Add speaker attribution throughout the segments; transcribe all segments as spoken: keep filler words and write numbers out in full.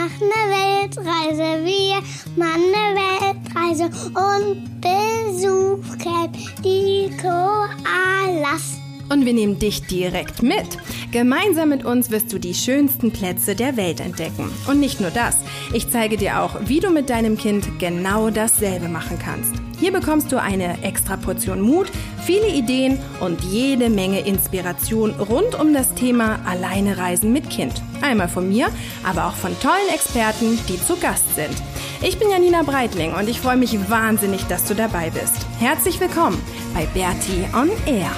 Speaker 1: machen eine Weltreise. Wir machen eine Weltreise und besuchen die Koalas.
Speaker 2: Und wir nehmen dich direkt mit. Gemeinsam mit uns wirst du die schönsten Plätze der Welt entdecken. Und nicht nur das, ich zeige dir auch, wie du mit deinem Kind genau dasselbe machen kannst. Hier bekommst du eine extra Portion Mut, viele Ideen und jede Menge Inspiration rund um das Thema Alleine reisen mit Kind. Einmal von mir, aber auch von tollen Experten, die zu Gast sind. Ich bin Janina Breitling und ich freue mich wahnsinnig, dass du dabei bist. Herzlich willkommen bei Berti on Air.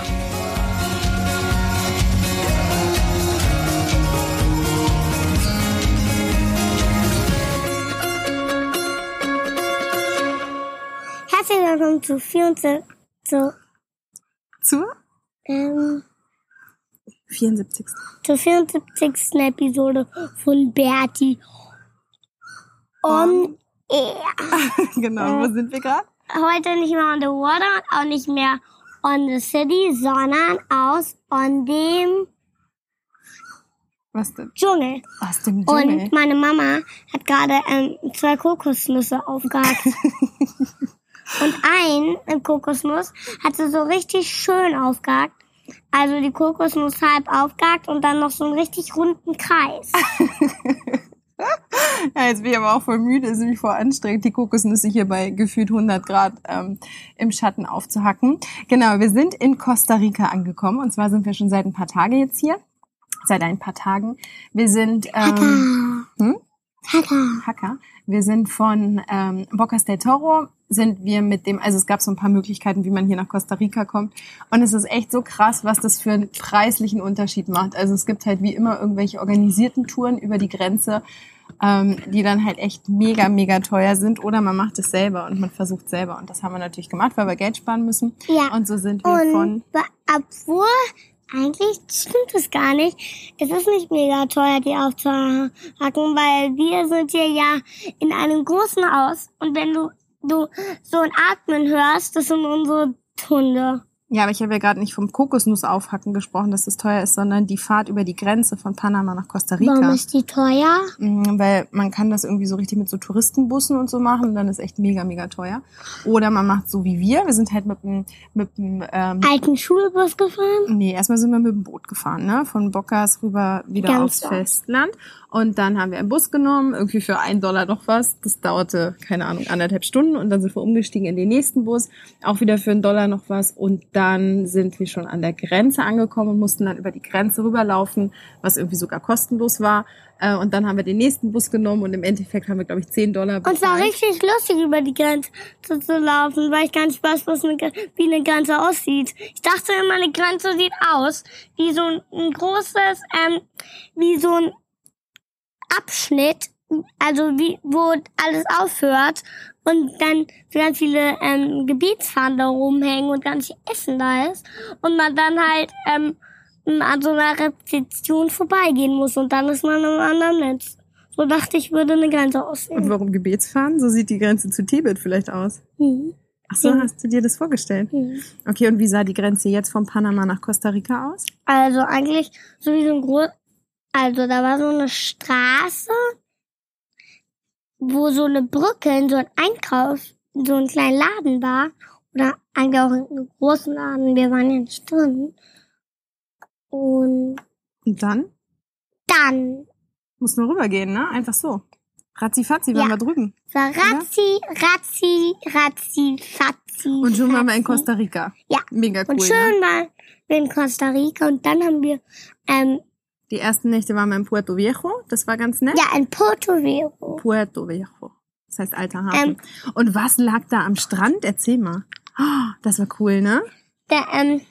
Speaker 1: Herzlich willkommen zu vierundsiebzig. Zu,
Speaker 2: Zur?
Speaker 1: Ähm,
Speaker 2: vierundsiebzigsten.
Speaker 1: Zur vierundsiebzigsten Episode von Berti on Air.
Speaker 2: Genau, wo sind wir gerade?
Speaker 1: Heute nicht mehr on the water und auch nicht mehr on the city, sondern aus on dem
Speaker 2: Was denn?
Speaker 1: Dschungel.
Speaker 2: Aus dem Dschungel.
Speaker 1: Und meine Mama hat gerade ähm, zwei Kokosnüsse aufgehakt. Und ein Kokosnuss hat sie so richtig schön aufgehakt. Also die Kokosnuss halb aufgehakt und dann noch so einen richtig runden Kreis.
Speaker 2: Ja, jetzt bin ich aber auch voll müde, ist nämlich voll anstrengend, die Kokosnüsse hier bei gefühlt hundert Grad ähm, im Schatten aufzuhacken. Genau, wir sind in Costa Rica angekommen und zwar sind wir schon seit ein paar Tagen jetzt hier. Seit ein paar Tagen. Wir sind ähm, hm?
Speaker 1: Haka.
Speaker 2: Haka. Wir sind von ähm, Bocas del Toro, sind wir mit dem, also es gab so ein paar Möglichkeiten, wie man hier nach Costa Rica kommt. Und es ist echt so krass, was das für einen preislichen Unterschied macht. Also es gibt halt wie immer irgendwelche organisierten Touren über die Grenze, ähm, die dann halt echt mega, mega teuer sind. Oder man macht es selber und man versucht selber. Und das haben wir natürlich gemacht, weil wir Geld sparen müssen.
Speaker 1: Ja.
Speaker 2: Und so sind wir
Speaker 1: Und
Speaker 2: von...
Speaker 1: obwohl, eigentlich stimmt es gar nicht. Es ist nicht mega teuer, die aufzuhacken, weil wir sind hier ja in einem großen Haus. Und wenn du, du so ein Atmen hörst, das sind unsere Hunde.
Speaker 2: Ja, aber ich habe ja gerade nicht vom Kokosnuss aufhacken gesprochen, dass das teuer ist, sondern die Fahrt über die Grenze von Panama nach Costa Rica.
Speaker 1: Warum ist die teuer?
Speaker 2: Weil man kann das irgendwie so richtig mit so Touristenbussen und so machen und dann ist echt mega, mega teuer. Oder man macht so wie wir. Wir sind halt mit dem mit dem ähm,
Speaker 1: alten Schulbus gefahren?
Speaker 2: Nee, erstmal sind wir mit dem Boot gefahren, ne? Von Bocas rüber wieder
Speaker 1: Ganz
Speaker 2: aufs
Speaker 1: weit.
Speaker 2: Festland. Und dann haben wir einen Bus genommen, irgendwie für einen Dollar noch was. Das dauerte, keine Ahnung, anderthalb Stunden. Und dann sind wir umgestiegen in den nächsten Bus, auch wieder für einen Dollar noch was. Und dann sind wir schon an der Grenze angekommen und mussten dann über die Grenze rüberlaufen, was irgendwie sogar kostenlos war. Und dann haben wir den nächsten Bus genommen und im Endeffekt haben wir, glaube ich, zehn Dollar bezahlt.
Speaker 1: Und es war richtig lustig, über die Grenze zu, zu laufen, weil ich gar nicht weiß, was eine, wie eine Grenze aussieht. Ich dachte immer, eine Grenze sieht aus wie so ein, ein großes, ähm, wie so ein Abschnitt, also wie, wo alles aufhört und dann so ganz viele ähm, Gebietsfahnen da rumhängen und ganz viel Essen da ist und man dann halt ähm, an so einer Repetition vorbeigehen muss und dann ist man am anderen Netz. So dachte ich, würde eine Grenze aussehen.
Speaker 2: Und warum Gebetsfahren? So sieht die Grenze zu Tibet vielleicht aus.
Speaker 1: Mhm.
Speaker 2: Ach so,
Speaker 1: Mhm.
Speaker 2: hast du dir das vorgestellt?
Speaker 1: Mhm.
Speaker 2: Okay, und wie sah die Grenze jetzt von Panama nach Costa Rica aus?
Speaker 1: Also eigentlich so wie so ein groß, also da war so eine Straße, wo so eine Brücke in so ein Einkauf, in so einen kleinen Laden war. Oder eigentlich auch in einem großen Laden. Wir waren ja nicht drin. Und
Speaker 2: Und dann?
Speaker 1: dann
Speaker 2: Muss nur rübergehen, ne? Einfach so. Ratzi-fatzi, waren
Speaker 1: Ja.
Speaker 2: wir drüben.
Speaker 1: war Razzi, Razzi, Razzi, Fatzi.
Speaker 2: Und schon waren wir in
Speaker 1: Fatzi.
Speaker 2: Costa Rica.
Speaker 1: Ja.
Speaker 2: Mega cool,
Speaker 1: Und schön
Speaker 2: ne?
Speaker 1: waren wir in Costa Rica und dann haben wir, ähm,
Speaker 2: Die ersten Nächte waren wir in Puerto Viejo. Das war ganz nett.
Speaker 1: ja, in Puerto Viejo.
Speaker 2: Puerto Viejo. Das heißt alter Hafen.
Speaker 1: Ähm,
Speaker 2: Und was lag da am Strand? Erzähl mal. Oh, das war cool, ne?
Speaker 1: Der, ähm,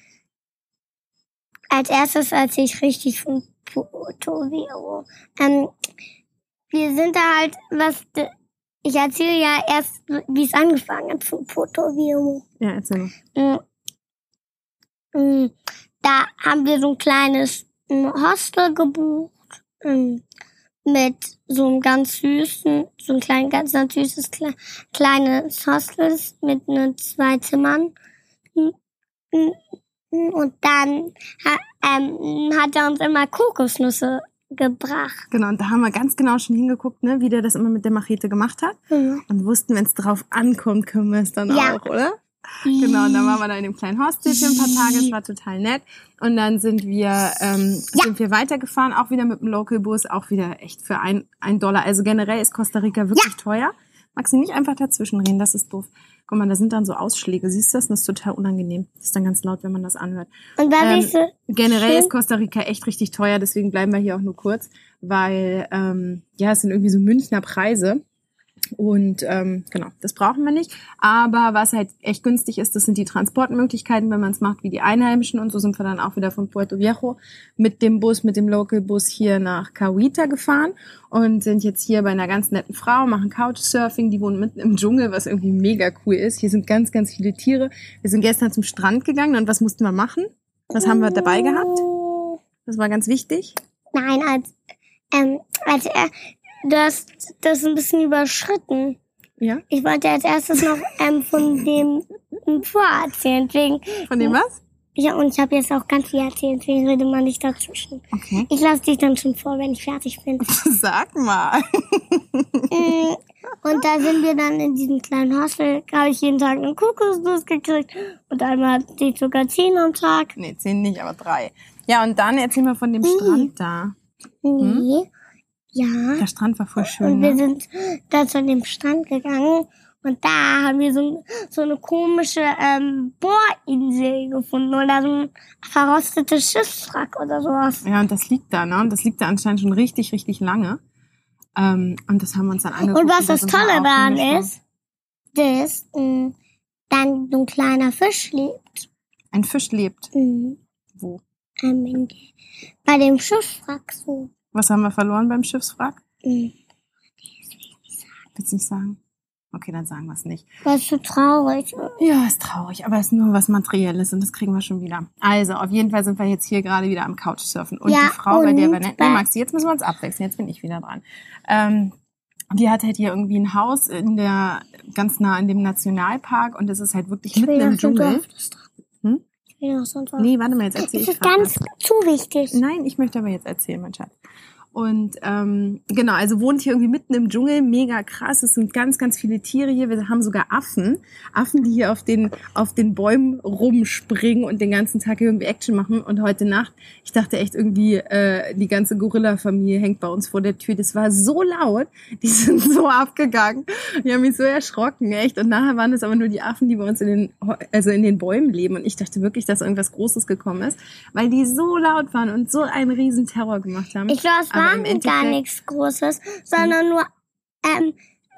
Speaker 1: als erstes erzähle ich richtig von Puerto Viejo. Ähm, wir sind da halt, was, de, ich erzähle ja erst, wie es angefangen hat von Puerto Viejo.
Speaker 2: Ja, erzähl mal.
Speaker 1: Mm, mm, da haben wir so ein kleines mm, Hostel gebucht, mm, mit so einem ganz süßen, so ein klein, ganz, ganz süßes, kle, kleines Hostel mit ne zwei Zimmern. Mm, mm, Und dann ha, ähm, hat er uns immer Kokosnüsse gebracht.
Speaker 2: Genau, und da haben wir ganz genau schon hingeguckt, ne, wie der das immer mit der Machete gemacht hat. Mhm. Und wussten, wenn es drauf ankommt, können wir es dann ja. auch, oder? Genau, und dann waren wir da in dem kleinen Hostel für ein paar Tage, es war total nett. Und dann sind wir ähm, ja. sind wir weitergefahren, auch wieder mit dem Local-Bus, auch wieder echt für ein, ein Dollar. Also generell ist Costa Rica wirklich ja. teuer. Magst du nicht einfach dazwischen reden, das ist doof. Guck mal, da sind dann so Ausschläge, siehst du das? Das ist total unangenehm. Das ist dann ganz laut, wenn man das anhört. Und was ähm, ist so generell schön? Ist Costa Rica echt richtig teuer, deswegen bleiben wir hier auch nur kurz, weil ähm, ja, es sind irgendwie so Münchner Preise. Und ähm, genau, das brauchen wir nicht. Aber was halt echt günstig ist, das sind die Transportmöglichkeiten, wenn man es macht wie die Einheimischen. Und so sind wir dann auch wieder von Puerto Viejo mit dem Bus, mit dem Local-Bus hier nach Cahuita gefahren und sind jetzt hier bei einer ganz netten Frau, machen Couchsurfing. Die wohnt mitten im Dschungel, was irgendwie mega cool ist. Hier sind ganz, ganz viele Tiere. Wir sind gestern zum Strand gegangen und was mussten wir machen? Was haben wir dabei gehabt? Das war ganz wichtig.
Speaker 1: Nein, als, ähm, als er... Du hast das ein bisschen überschritten.
Speaker 2: Ja?
Speaker 1: Ich wollte als erstes noch ähm, von dem vorerzählen. Wegen,
Speaker 2: von dem was?
Speaker 1: Ja, und ich habe jetzt auch ganz viel erzählt, deswegen rede man nicht dazwischen.
Speaker 2: Okay.
Speaker 1: Ich lasse dich dann schon vor, wenn ich fertig bin.
Speaker 2: Sag mal.
Speaker 1: Und da sind wir dann in diesem kleinen Hostel, habe ich jeden Tag einen Kokosnuss gekriegt. Und einmal hatte ich sogar zehn am Tag.
Speaker 2: Nee, zehn nicht, aber drei. Ja, und dann erzähl mal von dem nee. Strand da.
Speaker 1: Hm? Nee. Ja.
Speaker 2: Der Strand war voll schön.
Speaker 1: Und wir
Speaker 2: ne?
Speaker 1: sind da zu dem Strand gegangen und da haben wir so, so eine komische ähm, Bohrinsel gefunden oder so ein verrostetes Schiffswrack oder sowas.
Speaker 2: Ja, und das liegt da, ne? Und das liegt da anscheinend schon richtig, richtig lange. Ähm, und das haben wir uns dann angeguckt.
Speaker 1: Und was das Tolle daran ist, dass äh, dann so ein kleiner Fisch lebt.
Speaker 2: Ein Fisch lebt?
Speaker 1: Mhm.
Speaker 2: Wo?
Speaker 1: Ähm, bei dem Schiffswrack so.
Speaker 2: Was haben wir verloren beim Schiffswrack?
Speaker 1: Mhm.
Speaker 2: Willst du nicht sagen? Okay, dann sagen wir es nicht.
Speaker 1: Das ist so traurig.
Speaker 2: Ja, ist traurig, aber es ist nur was Materielles und das kriegen wir schon wieder. Also, auf jeden Fall sind wir jetzt hier gerade wieder am Couchsurfen. Und
Speaker 1: ja,
Speaker 2: die Frau,
Speaker 1: und
Speaker 2: bei der wir... Ne, nee, Maxi, jetzt müssen wir uns abwechseln. Jetzt bin ich wieder dran. Ähm, die hat halt hier irgendwie ein Haus in der ganz nah in dem Nationalpark und es ist halt wirklich mitten im Dschungel. Hm?
Speaker 1: Ich will noch sonst was.
Speaker 2: Nee, warte mal, jetzt erzähl ich.
Speaker 1: Das ist ganz was. Zu wichtig.
Speaker 2: Nein, ich möchte aber jetzt erzählen, mein Schatz. Und ähm, genau, also wohnt hier irgendwie mitten im Dschungel, mega krass. Es sind ganz, ganz viele Tiere hier. Wir haben sogar Affen, Affen, die hier auf den auf den Bäumen rumspringen und den ganzen Tag irgendwie Action machen. Und heute Nacht, ich dachte echt irgendwie, äh, die ganze Gorilla-Familie hängt bei uns vor der Tür. Das war so laut, die sind so abgegangen. Die haben mich so erschrocken, echt. Und nachher waren es aber nur die Affen, die bei uns in den also in den Bäumen leben. Und ich dachte wirklich, dass irgendwas Großes gekommen ist, weil die so laut waren und so einen riesen Terror gemacht haben.
Speaker 1: Ich glaube, es war gar nichts Großes, sondern nur ähm,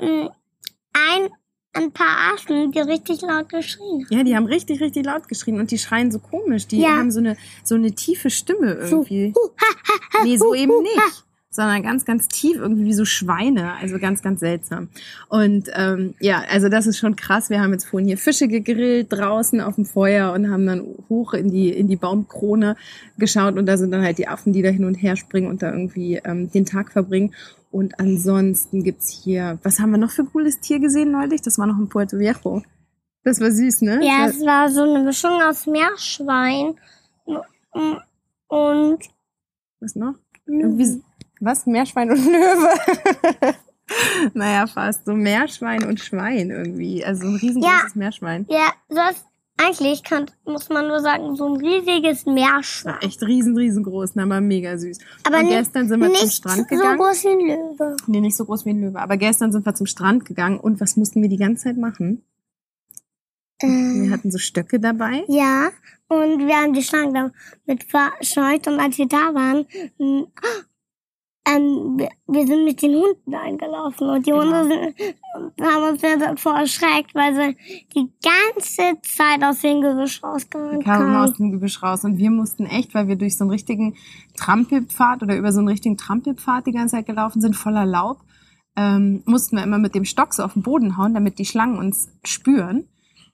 Speaker 1: ein, ein paar Affen, die richtig laut geschrien haben.
Speaker 2: Ja, die haben richtig, richtig laut geschrien und die schreien so komisch. Die
Speaker 1: ja.
Speaker 2: haben so eine so eine tiefe Stimme irgendwie.
Speaker 1: So, hu, ha, ha, ha,
Speaker 2: nee, so
Speaker 1: hu,
Speaker 2: eben
Speaker 1: hu,
Speaker 2: nicht.
Speaker 1: Ha.
Speaker 2: Sondern ganz, ganz tief, irgendwie wie so Schweine, also ganz, ganz seltsam. Und ähm, ja, also das ist schon krass. Wir haben jetzt vorhin hier Fische gegrillt draußen auf dem Feuer und haben dann hoch in die in die Baumkrone geschaut und da sind dann halt die Affen, die da hin und her springen und da irgendwie ähm, den Tag verbringen. Und ansonsten gibt's hier, was haben wir noch für cooles Tier gesehen neulich? Das war noch in Puerto Viejo. Das war süß, ne?
Speaker 1: Ja, es war so eine Mischung aus Meerschwein und
Speaker 2: was noch? Irgendwie Was? Meerschwein und Löwe? Naja, fast. So Meerschwein und Schwein irgendwie. Also so ein riesengroßes ja, Meerschwein.
Speaker 1: Ja, das eigentlich kann, muss man nur sagen, so ein riesiges Meerschwein.
Speaker 2: Ja, echt riesen, riesengroß, aber mega süß.
Speaker 1: Aber
Speaker 2: und
Speaker 1: nicht,
Speaker 2: gestern sind wir
Speaker 1: nicht
Speaker 2: zum Strand gegangen.
Speaker 1: so groß wie ein Löwe.
Speaker 2: Nee, nicht so groß wie ein Löwe. Aber gestern sind wir zum Strand gegangen und was mussten wir die ganze Zeit machen? Ähm, wir hatten so Stöcke dabei.
Speaker 1: Ja, und wir haben die Schlangen damit verscheucht und als wir da waren... Ähm, wir sind mit den Hunden eingelaufen und die Hunde sind, haben uns sehr davor erschreckt, weil sie die ganze Zeit aus dem Gebüsch rausgerannt
Speaker 2: kamen.
Speaker 1: kamen.
Speaker 2: aus dem Gebüsch raus und wir mussten echt, weil wir durch so einen richtigen Trampelpfad oder über so einen richtigen Trampelpfad die ganze Zeit gelaufen sind, voller Laub, ähm, mussten wir immer mit dem Stock so auf den Boden hauen, damit die Schlangen uns spüren.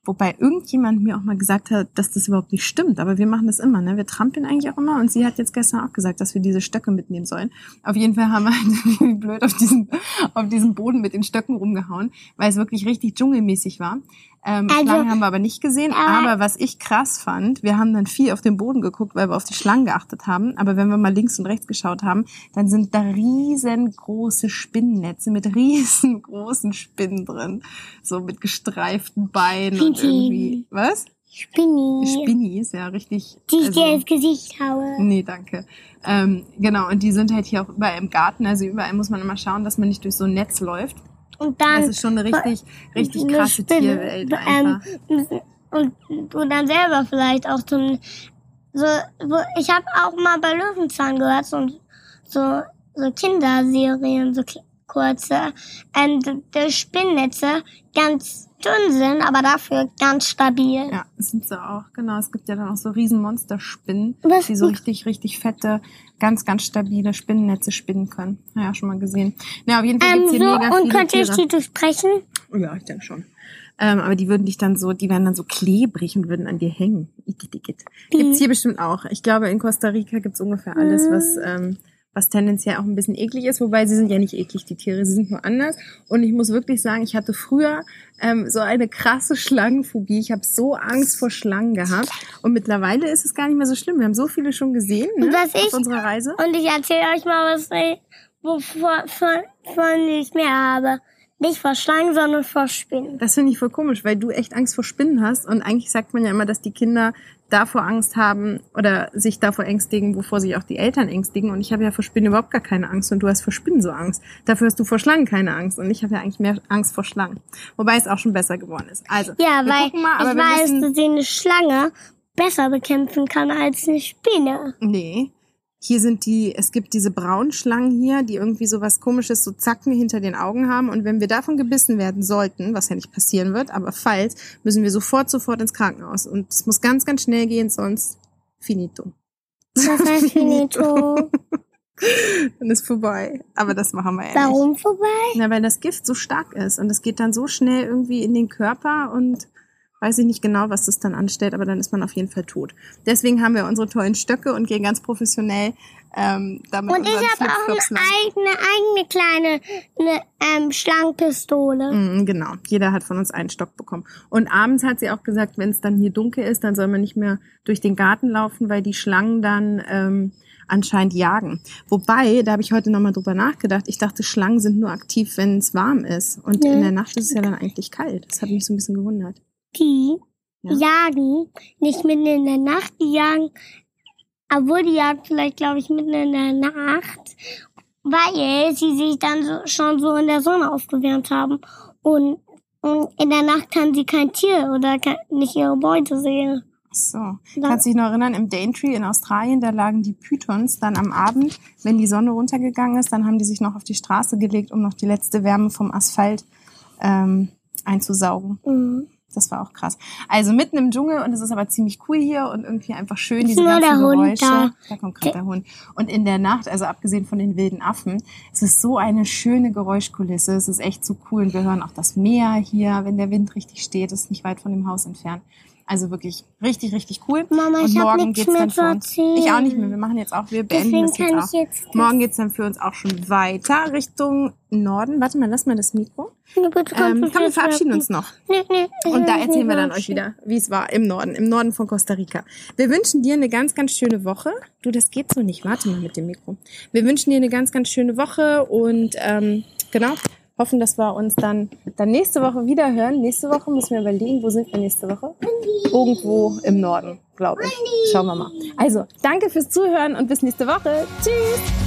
Speaker 2: Wobei irgendjemand mir auch mal gesagt hat, dass das überhaupt nicht stimmt. Aber wir machen das immer, ne? Wir trampeln eigentlich auch immer. Und sie hat jetzt gestern auch gesagt, dass wir diese Stöcke mitnehmen sollen. Auf jeden Fall haben wir halt wie blöd auf diesem, auf diesem Boden mit den Stöcken rumgehauen, weil es wirklich richtig dschungelmäßig war. Ähm, also, Schlangen haben wir aber nicht gesehen. Äh, aber was ich krass fand, wir haben dann viel auf den Boden geguckt, weil wir auf die Schlangen geachtet haben. Aber wenn wir mal links und rechts geschaut haben, dann sind da riesengroße Spinnennetze mit riesengroßen Spinnen drin. So mit gestreiften Beinen und irgendwie, was?
Speaker 1: Spinni.
Speaker 2: Spinnis, ja, richtig.
Speaker 1: Die ich
Speaker 2: also,
Speaker 1: dir ins Gesicht haue.
Speaker 2: Nee, danke. Ähm, genau, und die sind halt hier auch überall im Garten. Also überall muss man immer schauen, dass man nicht durch so ein Netz läuft.
Speaker 1: Und dann
Speaker 2: das ist schon eine richtig, richtig krasse Spinne, Tierwelt einfach.
Speaker 1: Ähm, und du dann selber vielleicht auch zum, so, so ich habe auch mal bei Löwenzahn gehört, so, so, so Kinderserien, so kurze, ähm, die Spinnnetze ganz dünn sind, aber dafür ganz stabil.
Speaker 2: Ja, das sind sie auch, genau. Es gibt ja dann auch so riesen Monsterspinnen,
Speaker 1: Was?
Speaker 2: die so richtig, richtig fette, ganz, ganz stabile Spinnennetze spinnen können. Naja, schon mal gesehen. Ja, auf jeden Fall gibt's
Speaker 1: ähm,
Speaker 2: hier
Speaker 1: so,
Speaker 2: mega viele
Speaker 1: und könnt ihr
Speaker 2: Tiere.
Speaker 1: die durchbrechen?
Speaker 2: Ja, ich denke schon. Ähm, aber die würden dich dann so, die wären dann so klebrig und würden an dir hängen. Igitt, igitt. Gibt's hier bestimmt auch. Ich glaube, in Costa Rica gibt's ungefähr alles, was, ähm, was tendenziell auch ein bisschen eklig ist, wobei sie sind ja nicht eklig, die Tiere, sie sind nur anders. Und ich muss wirklich sagen, ich hatte früher ähm, so eine krasse Schlangenphobie. Ich habe so Angst vor Schlangen gehabt. Und mittlerweile ist es gar nicht mehr so schlimm. Wir haben so viele schon gesehen, ne,
Speaker 1: was
Speaker 2: auf
Speaker 1: ich,
Speaker 2: unserer Reise.
Speaker 1: Und ich erzähle euch mal, was ich, wovon von, von ich mehr habe. Nicht vor Schlangen, sondern vor Spinnen.
Speaker 2: Das finde ich voll komisch, weil du echt Angst vor Spinnen hast. Und eigentlich sagt man ja immer, dass die Kinder davor Angst haben oder sich davor ängstigen, wovor sich auch die Eltern ängstigen. Und ich habe ja vor Spinnen überhaupt gar keine Angst und du hast vor Spinnen so Angst. Dafür hast du vor Schlangen keine Angst und ich habe ja eigentlich mehr Angst vor Schlangen. Wobei es auch schon besser geworden ist. Also,
Speaker 1: ja,
Speaker 2: wir
Speaker 1: weil
Speaker 2: gucken mal, aber
Speaker 1: ich
Speaker 2: wir
Speaker 1: weiß,
Speaker 2: müssen,
Speaker 1: dass ich eine Schlange besser bekämpfen kann als eine Spinne.
Speaker 2: Nee. Hier sind die, es gibt diese Braunschlangen hier, die irgendwie so was Komisches, so Zacken hinter den Augen haben. Und wenn wir davon gebissen werden sollten, was ja nicht passieren wird, aber falls, müssen wir sofort, sofort ins Krankenhaus. Und es muss ganz, ganz schnell gehen, sonst finito.
Speaker 1: Das heißt finito.
Speaker 2: Dann ist vorbei. Aber das machen wir ja
Speaker 1: Warum
Speaker 2: nicht.
Speaker 1: vorbei?
Speaker 2: Na, weil das Gift so stark ist. Und es geht dann so schnell irgendwie in den Körper und weiß ich nicht genau, was das dann anstellt, aber dann ist man auf jeden Fall tot. Deswegen haben wir unsere tollen Stöcke und gehen ganz professionell ähm, damit.
Speaker 1: Und ich habe auch eine eigene, eigene kleine eine, ähm, Schlangenpistole.
Speaker 2: Mm, genau, jeder hat von uns einen Stock bekommen. Und abends hat sie auch gesagt, wenn es dann hier dunkel ist, dann soll man nicht mehr durch den Garten laufen, weil die Schlangen dann ähm, anscheinend jagen. Wobei, da habe ich heute nochmal drüber nachgedacht, ich dachte, Schlangen sind nur aktiv, wenn es warm ist. Und ja. In der Nacht ist es ja dann eigentlich kalt. Das hat mich so ein bisschen gewundert.
Speaker 1: Die
Speaker 2: ja.
Speaker 1: jagen nicht mitten in der Nacht, die jagen, obwohl die jagen vielleicht, glaube ich, mitten in der Nacht, weil sie sich dann so, schon so in der Sonne aufgewärmt haben. Und, und in der Nacht kann sie kein Tier oder kann nicht ihre Beute sehen.
Speaker 2: Ach so. Kannst du dich noch erinnern, im Daintree in Australien, da lagen die Pythons dann am Abend, wenn die Sonne runtergegangen ist, dann haben die sich noch auf die Straße gelegt, um noch die letzte Wärme vom Asphalt ähm, einzusaugen.
Speaker 1: Mhm.
Speaker 2: Das war auch krass. Also mitten im Dschungel und es ist aber ziemlich cool hier und irgendwie einfach schön, diese
Speaker 1: nur
Speaker 2: ganzen
Speaker 1: der Hund
Speaker 2: Geräusche.
Speaker 1: Da.
Speaker 2: da kommt gerade der Hund. Und in der Nacht, also abgesehen von den wilden Affen, es ist so eine schöne Geräuschkulisse. Es ist echt so cool und wir hören auch das Meer hier, wenn der Wind richtig steht. Das ist nicht weit von dem Haus entfernt. Also wirklich richtig, richtig cool.
Speaker 1: Mama,
Speaker 2: und
Speaker 1: ich
Speaker 2: morgen
Speaker 1: hab
Speaker 2: geht's
Speaker 1: nichts
Speaker 2: dann
Speaker 1: mehr
Speaker 2: für uns.
Speaker 1: zu erzählen.
Speaker 2: Ich auch nicht mehr. Wir machen jetzt auch, wir beenden
Speaker 1: Deswegen
Speaker 2: das jetzt
Speaker 1: kann
Speaker 2: auch.
Speaker 1: ich jetzt
Speaker 2: Morgen geht's dann für uns auch schon weiter Richtung Norden. Warte mal, lass mal das Mikro.
Speaker 1: Nee, bitte,
Speaker 2: Ähm, komm, wir verabschieden uns noch.
Speaker 1: Nee, nee,
Speaker 2: Und da erzählen wir dann euch wieder, wie es war im Norden, im Norden von Costa Rica. Wir wünschen dir eine ganz, ganz schöne Woche. Du, das geht so nicht. Warte mal mit dem Mikro. Wir wünschen dir eine ganz, ganz schöne Woche und ähm, genau, hoffen, dass wir uns dann, dann nächste Woche wieder hören. Nächste Woche müssen wir überlegen, wo sind wir nächste Woche? Irgendwo im Norden, glaube ich. Schauen wir mal. Also, danke fürs Zuhören und bis nächste Woche. Tschüss!